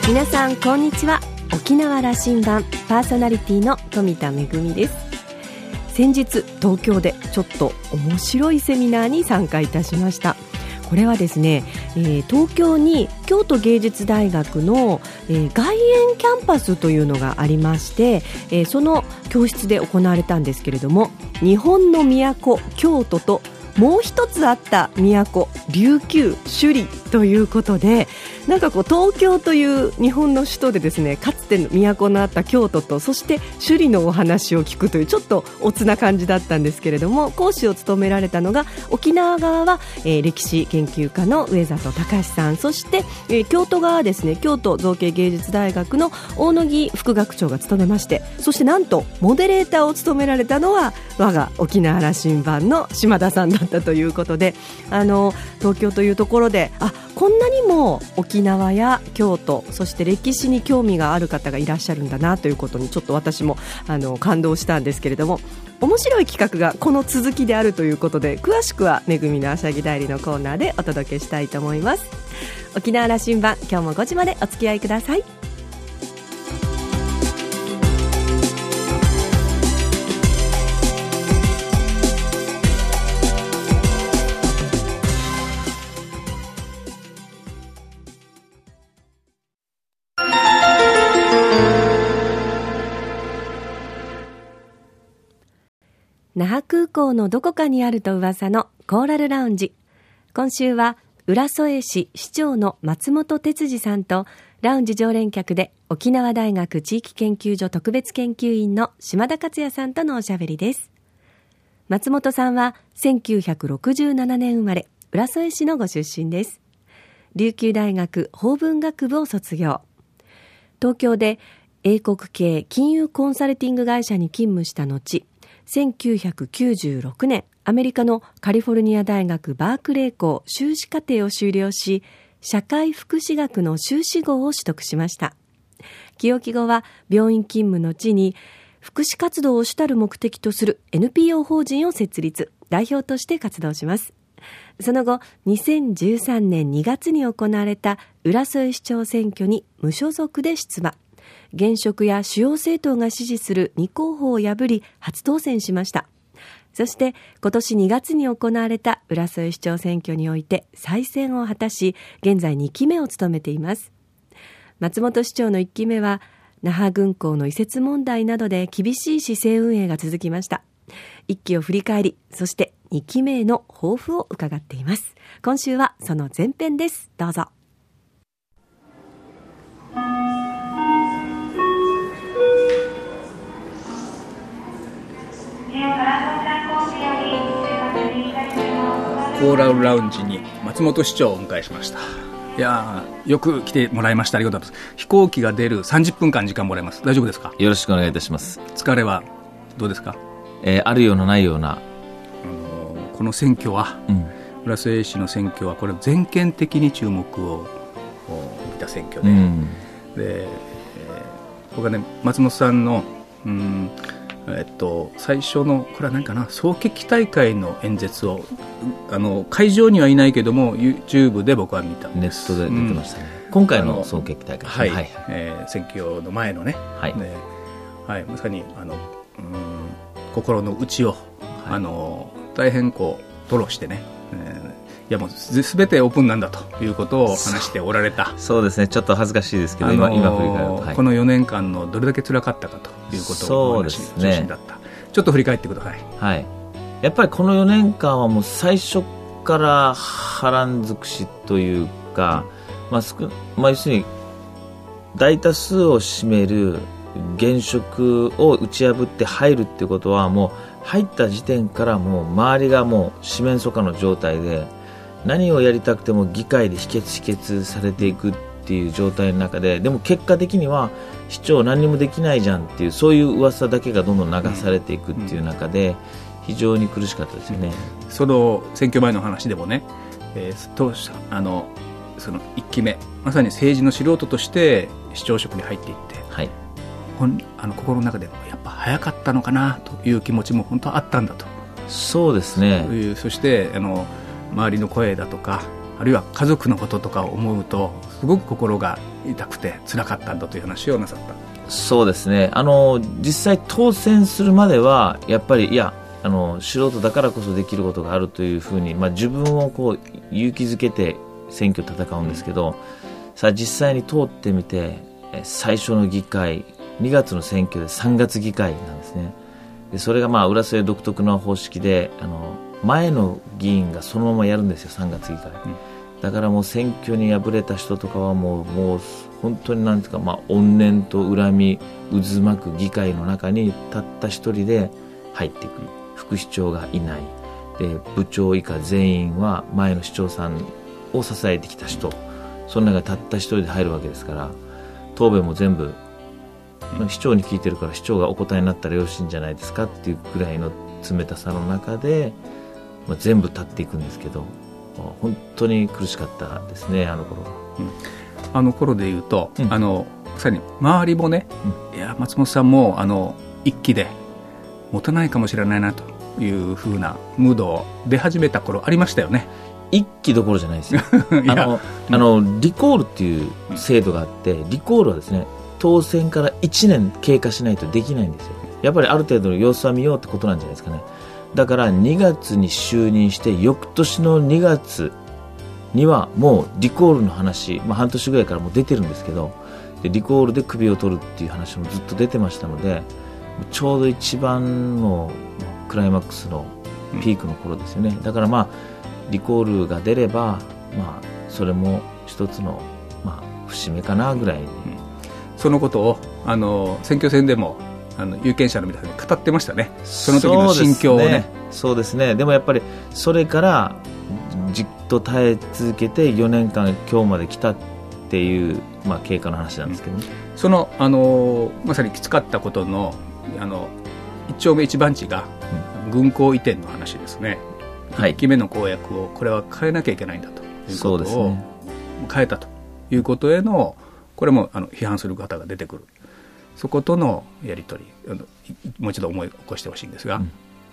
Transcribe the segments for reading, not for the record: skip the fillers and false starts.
皆さんこんにちは。沖縄羅針盤パーソナリティの富田恵です。先日東京でちょっと面白いセミナーに参加いたしました。これはですね、東京に京都芸術大学の、外苑キャンパスというのがありまして、その教室で行われたんですけれども、日本の都京都ともう一つあった都琉球首里ということで、なんかこう東京という日本の首都でですね、かつての都のあった京都とそして首里のお話を聞くというちょっとおつな感じだったんですけれども、講師を務められたのが沖縄側は、歴史研究家の上里隆さん、そして、京都側はですね、京都造形芸術大学の大野木副学長が務めまして、そしてなんとモデレーターを務められたのは我が沖縄羅針盤の島田さんだったということで、東京というところでこんなにも沖縄や京都、そして歴史に興味がある方がいらっしゃるんだなということにちょっと私も感動したんですけれども、面白い企画がこの続きであるということで、詳しくはめぐみのあしゃぎ代理のコーナーでお届けしたいと思います。沖縄羅針盤、今日も5時までお付き合いください。那覇空港のどこかにあると噂のコーラルラウンジ。今週は浦添市市長の松本哲司さんと、ラウンジ常連客で沖縄大学地域研究所特別研究員の島田克也さんとのおしゃべりです。松本さんは1967年生まれ、浦添市のご出身です。琉球大学法文学部を卒業。東京で英国系金融コンサルティング会社に勤務した後、1996年アメリカのカリフォルニア大学バークレー校修士課程を修了し、社会福祉学の修士号を取得しました。起用期後は病院勤務の地に福祉活動を主たる目的とする NPO 法人を設立、代表として活動します。その後2013年2月に行われた浦添市長選挙に無所属で出馬。現職や主要政党が支持する2候補を破り初当選しました。そして今年2月に行われた浦添市長選挙において再選を果たし、現在2期目を務めています。松本市長の1期目は那覇軍港の移設問題などで厳しい市政運営が続きました。1期を振り返り、そして2期目への抱負を伺っています。今週はその前編です。どうぞ。 コーラルラウンジに松本市長をお迎えしました。いやよく来てもらいました。ありがとうございます。飛行機が出る30分間時間もらいます。大丈夫ですか？ よろしくお願いいたします。 疲れはどうですか？ あるようなないような、 この選挙は、浦添市の選挙はこれ全県的に注目を見た選挙で、僕はね、松本さんの最初のこれは何かな、総決起大会の演説を会場にはいないけども YouTube で僕は見たんです。 ネットで出てましたね、今回の総決起大会、 はい、選挙の前のね、 はいまさに心の内を、大変こう吐露してね、いやもう全てオープンなんだということを話しておられた。 そうですね、ちょっと恥ずかしいですけど、今振り返ると、 この4年間のどれだけ辛かったかということをお話中心だった。ちょっと振り返ってください。 はい、やっぱりこの4年間はもう最初から波乱尽くしというか、要するに大多数を占める現職を打ち破って入るっていうことは、もう入った時点からもう周りがもう四面楚歌の状態で、何をやりたくても議会で否決されていくっていう状態の中で、でも結果的には市長何にもできないじゃんっていう、そういう噂だけがどんどん流されていくっていう中で、非常に苦しかったですよね。 その選挙前の話でもね、当初その1期目、まさに政治の素人として市長職に入っていって、 はい、 心の中でやっぱ早かったのかなという気持ちも本当はあったんだと。 そうですね。 そして周りの声だとかあるいは家族のこととかを思うとすごく心が痛くて辛かったんだという話をなさった。 そうですね、実際当選するまではやっぱり素人だからこそできることがあるというふうに、自分をこう勇気づけて選挙を戦うんですけど、さあ実際に通ってみて最初の議会2月の選挙で3月議会なんですね。でそれが浦添独特の方式で前の議員がそのままやるんですよ、3月議会、だからもう選挙に敗れた人とかはもう本当になんていうか、怨念と恨み渦巻く議会の中にたった一人で入っていく。副市長がいない。で部長以下全員は前の市長さんを支えてきた人、その中にたった一人で入るわけですから、答弁も全部市長に聞いてるから市長がお答えになったらよろしいんじゃないですかっていうくらいの冷たさの中で、全部立っていくんですけど、本当に苦しかったですね、あの頃は。 あの頃で言うと、さらに周りもね、いや松本さんも一期で持たないかもしれないなというふうなムード出始めた頃ありましたよね。 一期どころじゃないですよリコールっていう制度があって、リコールはですね、当選から1年経過しないとできないんですよ。やっぱりある程度の様子は見ようってことなんじゃないですかね。だから2月に就任して翌年の2月にはもうリコールの話、半年ぐらいからもう出てるんですけど、でリコールで首を取るっていう話もずっと出てましたので、ちょうど一番のクライマックスのピークの頃ですよね。だからリコールが出れば、それも一つの節目かなぐらいに、 そのことを選挙戦でも有権者の皆さんに語ってましたね。その時の心境をね。 そうですね。でもやっぱりそれからじっと耐え続けて4年間今日まで来たっていう、経過の話なんですけどね。 そのまさにきつかったことの一丁目一番地が軍港移転の話ですね。1期目の公約をこれは変えなきゃいけないんだということを変えたということへの、これも批判する方が出てくる。そことのやり取り、もう一度思い起こしてほしいんですが、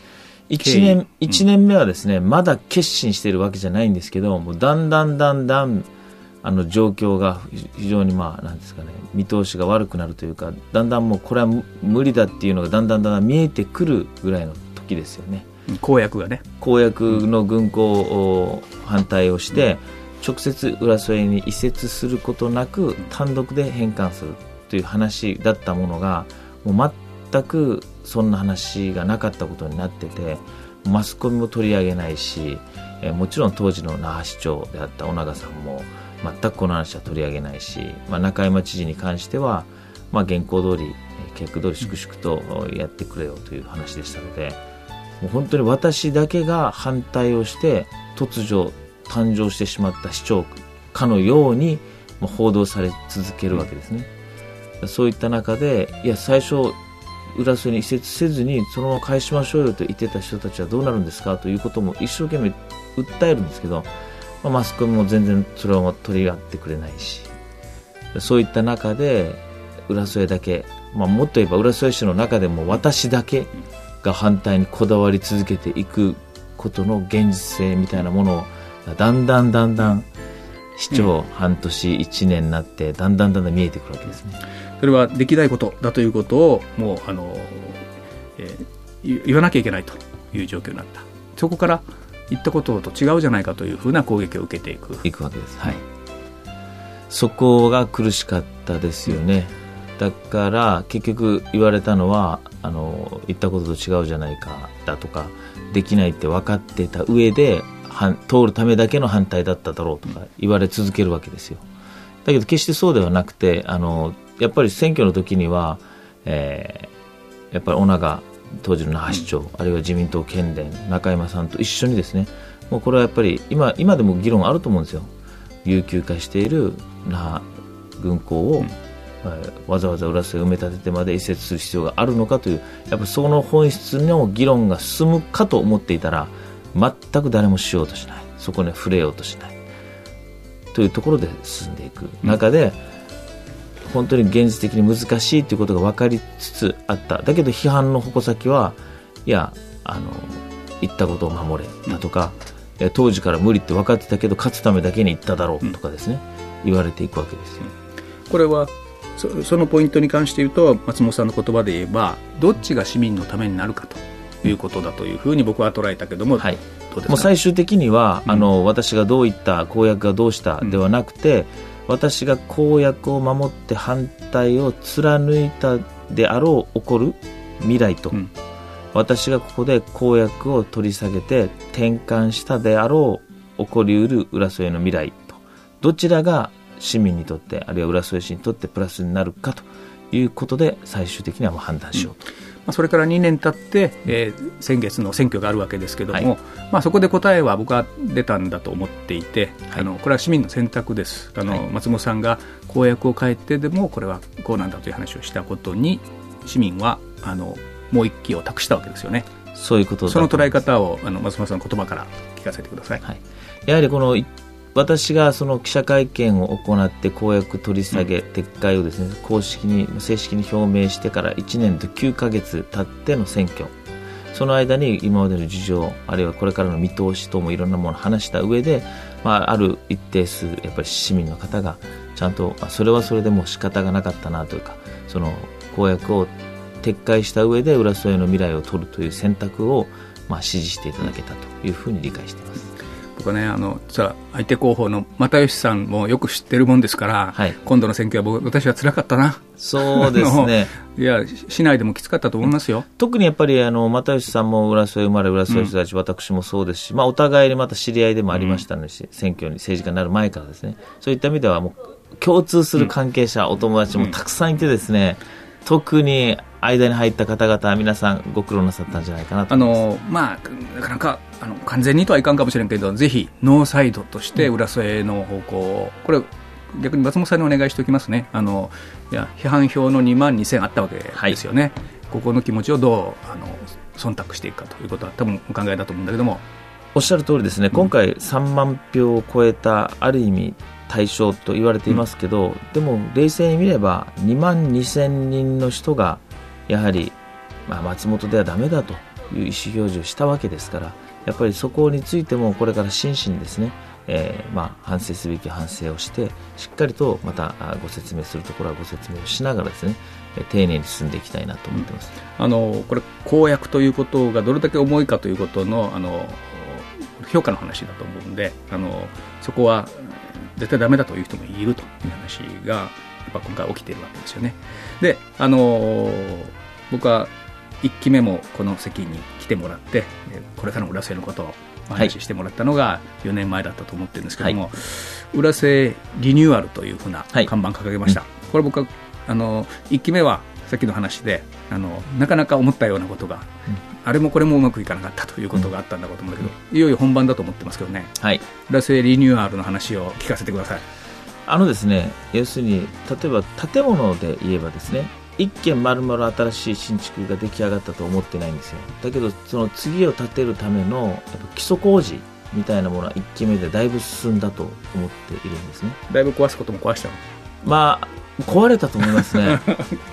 1年目はですね、まだ決心しているわけじゃないんですけど、もうだんだん状況が非常になんですかね、見通しが悪くなるというか、だんだんもうこれは無理だっていうのがだんだん見えてくるぐらいの時ですよね。 公約がね、 公約の軍港を反対をして、直接浦添に移設することなく単独で返還するという話だったものが、もう全くそんな話がなかったことになってて、マスコミも取り上げないし、もちろん当時の那覇市長であった尾長さんも全くこの話は取り上げないし、中山知事に関しては、原稿通り計画通り粛々とやってくれよという話でしたので、もう本当に私だけが反対をして突如誕生してしまった市長かのように報道され続けるわけですね。そういった中で、いや最初浦添に移設せずにそのまま返しましょうよと言ってた人たちはどうなるんですかということも一生懸命訴えるんですけど、マスコミも全然それを取り合ってくれないし、そういった中で浦添だけ、もっと言えば浦添市の中でも私だけが反対にこだわり続けていくことの現実性みたいなものがだんだん市長半年1年になってだんだん見えてくるわけですね。 それはできないことだということをもう言わなきゃいけないという状況になった。そこから言ったことと違うじゃないかというふうな攻撃を受けていくわけです、そこが苦しかったですよね。だから結局言われたのは言ったことと違うじゃないかだとか、できないって分かってた上で通るためだけの反対だっただろうとか言われ続けるわけですよ。だけど決してそうではなくて、やっぱり選挙の時には、やっぱり尾長当時の那覇市長、あるいは自民党県連中山さんと一緒にですね、もうこれはやっぱり今でも議論あると思うんですよ。有給化している那覇軍港を、わざわざ浦添を埋め立ててまで移設する必要があるのかという、やっぱその本質の議論が進むかと思っていたら、全く誰もしようとしない、そこに触れようとしないというところで進んでいく中で、本当に現実的に難しいということが分かりつつあった。だけど批判の矛先は、いや言ったことを守れだとか、 当時から無理って分かってたけど勝つためだけに言っただろうとかですね、言われていくわけですよ。 これはそのポイントに関して言うと、松本さんの言葉で言えばどっちが市民のためになるかということだというふうに僕は捉えたけども、 はい、 どうですか？ もう最終的には、私がどういった公約がどうしたではなくて、私が公約を守って反対を貫いたであろう起こる未来と、私がここで公約を取り下げて転換したであろう起こりうる浦添の未来と、どちらが市民にとってあるいは浦添市にとってプラスになるかということで最終的にはもう判断しようと、 それから2年経って、先月の選挙があるわけですけども、そこで答えは僕は出たんだと思っていて、これは市民の選択です。松本さんが公約を変えてでもこれはこうなんだという話をしたことに市民はもう一機を託したわけですよね。 そういうことだと。 その捉え方を松本さんの言葉から聞かせてください。 やはり私がその記者会見を行って公約取り下げ、撤回をですね正式に表明してから1年と9ヶ月経っての選挙、その間に今までの事情あるいはこれからの見通し等もいろんなものを話した上で、ある一定数やっぱり市民の方がちゃんとそれはそれでもう仕方がなかったなというか、その公約を撤回した上で浦添の未来を取るという選択を支持していただけたというふうに理解しています。 僕はね、相手候補の又吉さんもよく知ってるもんですから、今度の選挙は私は辛かったな。 そうですねいや市内でもきつかったと思いますよ。 特にやっぱり又吉さんも浦添生まれ浦添育ち、私もそうですし、お互いにまた知り合いでもありましたので、選挙に政治家になる前からですね、そういった意味ではもう共通する関係者、お友達もたくさんいてですね、特に間に入った方々皆さんご苦労なさったんじゃないかなと思います。 なかなか完全にとはいかんかもしれんけど、ぜひノーサイドとして浦添の方向を、これ逆に松本さんにお願いしておきますね。批判票の2万2000あったわけですよね。ここの気持ちをどう忖度していくかということは多分お考えだと思うんだけども、 おっしゃる通りですね。今回3万票を超えたある意味対象と言われていますけど、でも冷静に見れば2万2000人の人がやはり、松本ではダメだという意思表示をしたわけですから、やっぱりそこについてもこれから真摯にですね、反省すべき反省をしてしっかりとまたご説明するところはご説明をしながらですね、丁寧に進んでいきたいなと思っています。 これ公約ということがどれだけ重いかということの評価の話だと思うんで、そこは絶対ダメだという人もいるという話がやっぱ今回起きているわけですよね。で、僕は1期目もこの席に来てもらってこれからの浦添のことをお話ししてもらったのが4年前だったと思ってるんですけども、浦添リニューアルというふうな看板掲げました。これ僕は1期目はさっきの話でなかなか思ったようなことが、あれもこれもうまくいかなかったということがあったんだと思うんだけど、いよいよ本番だと思ってますけどね。浦添リニューアルの話を聞かせてください。 ですね、要するに例えば建物で言えばですね、一軒丸々新しい新築が出来上がったと思ってないんですよ。だけどその次を建てるためのやっぱ基礎工事みたいなものは1期目でだいぶ進んだと思っているんですね。だいぶ壊すことも壊したの？壊れたと思いますね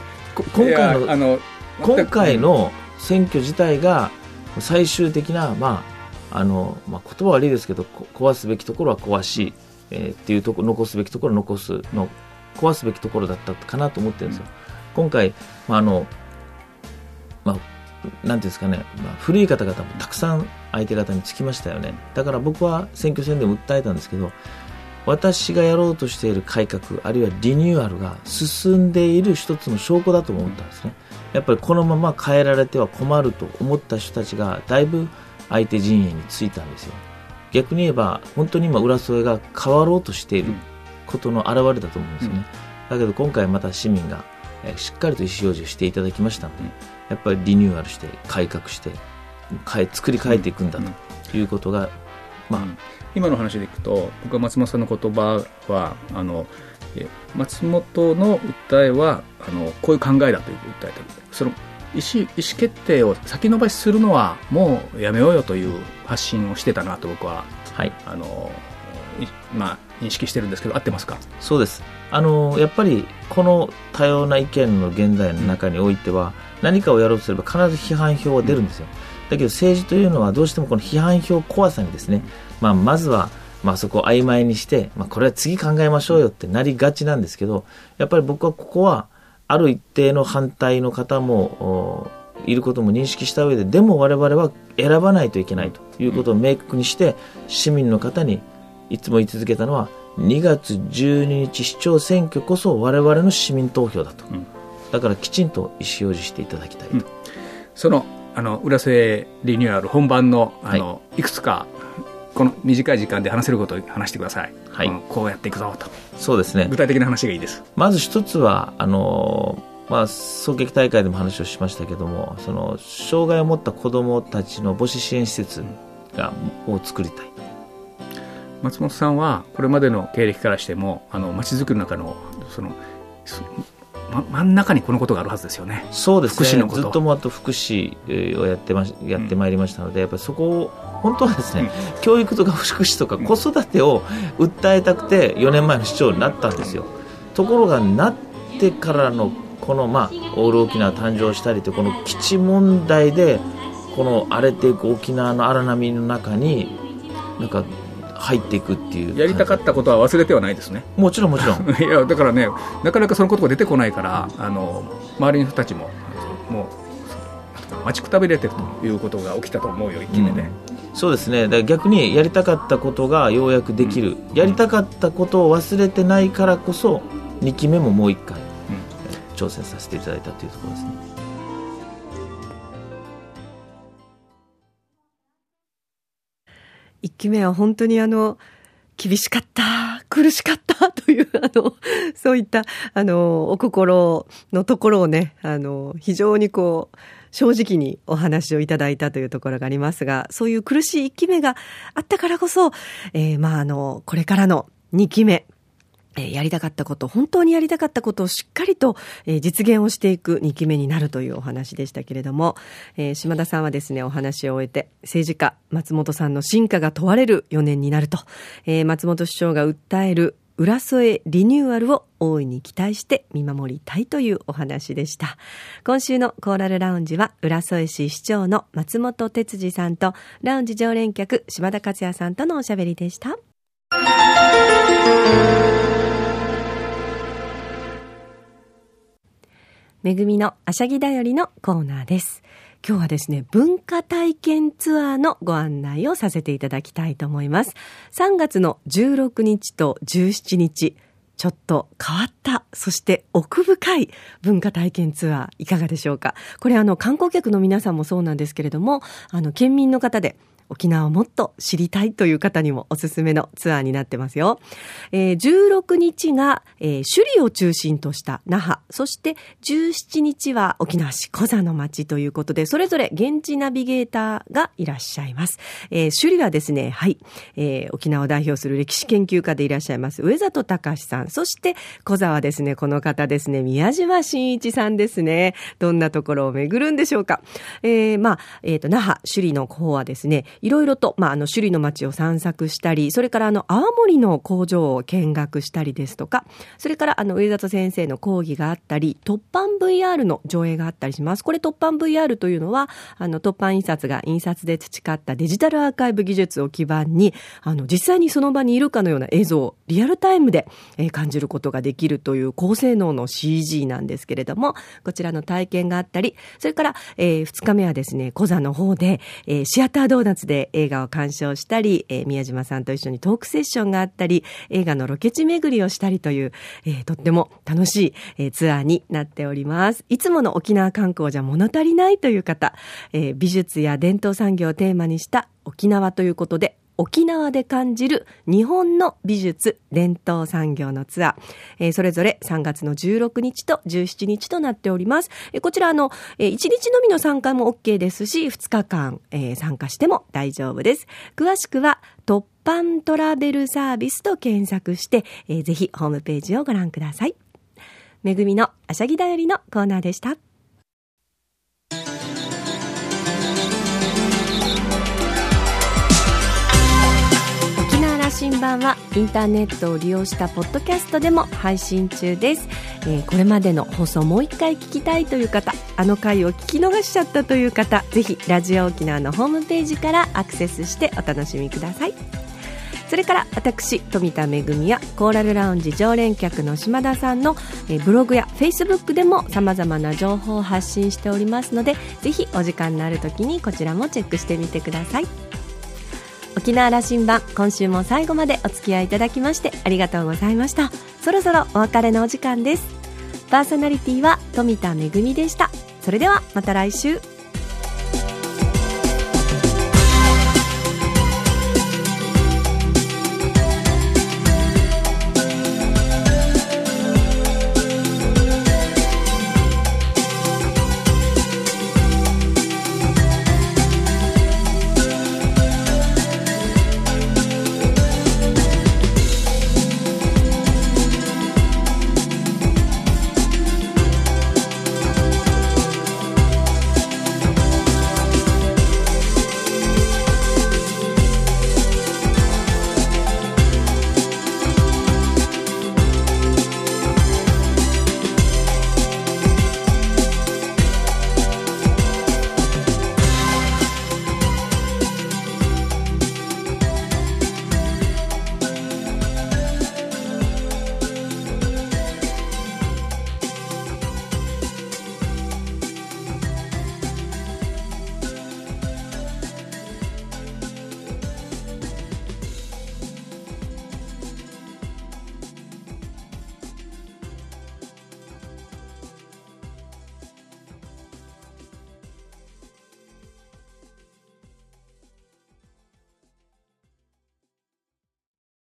今回の選挙自体が最終的な、言葉悪いですけど壊すべきところは壊し、っていうところ、残すべきところは残すの壊すべきところだったかなと思ってるんですよ。今回、なんていうんですかね、古い方々もたくさん相手方につきましたよね。だから僕は選挙戦でも訴えたんですけど、私がやろうとしている改革あるいはリニューアルが進んでいる一つの証拠だと思ったんですね。やっぱりこのまま変えられては困ると思った人たちがだいぶ相手陣営についたんですよ。逆に言えば本当に今浦添が変わろうとしていることの表れだと思うんですよね。だけど今回また市民がしっかりと意思表示をしていただきましたので、やっぱりリニューアルして改革して作り変えていくんだということが、 今の話でいくと僕は松本さんの言葉は松本の訴えはこういう考えだという訴えている。その意思決定を先延ばしするのはもうやめようよという発信をしてたなと僕は、認識してるんですけど、合ってますか？ そうです。やっぱりこの多様な意見の現在の中においては、何かをやろうとすれば必ず批判票は出るんですよ。 だけど政治というのはどうしてもこの批判票怖さにですね、まずはそこを曖昧にして、これは次考えましょうよってなりがちなんですけど、やっぱり僕はここはある一定の反対の方もいることも認識した上で、でも我々は選ばないといけないということを明確にして、市民の方にいつも言い続けたのは、2月12日市長選挙こそ我々の市民投票だと、だからきちんと意思表示していただきたいと、 その浦添リニューアル本番のいくつかこの短い時間で話せることを話してください。こうやっていくぞと。 そうですね、 具体的な話がいいです。 まず一つは双撃大会でも話をしましたけども、その障害を持った子どもたちの母子支援施設を作りたい。 松本さんはこれまでの経歴からしてもまちづくりの中の真ん中にこのことがあるはずですよね。 そうですね、 福祉のこと、 ずっともあと福祉をやってまいりましたので、やっぱりそこを本当はですね、教育とか福祉とか子育てを訴えたくて4年前の市長になったんですよ。ところがなってからのこのオール沖縄誕生したりというこの基地問題で、この荒れていく沖縄の荒波の中に入っていくっていう、 やりたかったことは忘れてはないですね。 もちろんいやだからね、なかなかそのことが出てこないから、周りの人たちももう待ちくたびれてるということが起きたと思うよ、1期目で。 そうですね、だから逆にやりたかったことがようやくできる、やりたかったことを忘れてないからこそ2期目ももう1回、挑戦させていただいたというところですね。 1期目は本当に厳しかった、苦しかったというそういったお心のところをね、非常に正直にお話をいただいたというところがありますが、そういう苦しい1期目があったからこそ、これからの2期目、やりたかったこと、本当にやりたかったことをしっかりと実現をしていく2期目になるというお話でしたけれども、島田さんはですね、お話を終えて、政治家松本さんの真価が問われる4年になると、松本市長が訴える浦添リニューアルを大いに期待して見守りたいというお話でした。今週のコーラルラウンジは、浦添市市長の松本哲司さんとラウンジ常連客島田克也さんとのおしゃべりでした。めぐみのあしゃぎだよりのコーナーです。今日はですね、文化体験ツアーのご案内をさせていただきたいと思います。3月の16日と17日、ちょっと変わった、そして奥深い文化体験ツアーいかがでしょうか。これ観光客の皆さんもそうなんですけれども、県民の方で沖縄をもっと知りたいという方にもおすすめのツアーになってますよ。16日が、首里を中心とした那覇、そして17日は沖縄市コザの町ということで、それぞれ現地ナビゲーターがいらっしゃいます。首里はですね、沖縄を代表する歴史研究家でいらっしゃいます上里隆さん、そしてコザはですね、この方ですね、宮島真一さんですね。どんなところを巡るんでしょうか。那覇、首里の方はですね、いろいろと、首里の町を散策したり、それから泡盛の工場を見学したりですとか、それから上里先生の講義があったり、突版 VR の上映があったりします。これ突版 VR というのは、突版印刷が印刷で培ったデジタルアーカイブ技術を基盤に、実際にその場にいるかのような映像をリアルタイムで感じることができるという高性能の CG なんですけれども、こちらの体験があったり、それから、2日目はですね、コザの方で、シアタードーナツで映画を鑑賞したり、宮島さんと一緒にトークセッションがあったり、映画のロケ地巡りをしたりという、とっても楽しい、ツアーになっております。いつもの沖縄観光じゃ物足りないという方、美術や伝統産業をテーマにした沖縄ということで、沖縄で感じる日本の美術伝統産業のツアー、それぞれ3月の16日と17日となっております。こちら1日のみの参加も OK ですし、2日間、参加しても大丈夫です。詳しくは突版トラベルサービスと検索して、ぜひホームページをご覧ください。めぐみのあしゃぎだよりのコーナーでした。 信版はインターネットを利用したポッドキャストでも配信中です。これまでの放送もう一回聞きたいという方、あの回を聞き逃しちゃったという方、ぜひラジオ沖縄のホームページからアクセスしてお楽しみください。それから私富田恵やコーラルラウンジ常連客の島田さんのブログやフェイスブックでも様々な情報を発信しておりますので、ぜひお時間のある時にこちらもチェックしてみてください。沖縄羅針盤、今週も最後までお付き合いいただきましてありがとうございました。そろそろお別れのお時間です。パーソナリティは富田恵でした。それではまた来週。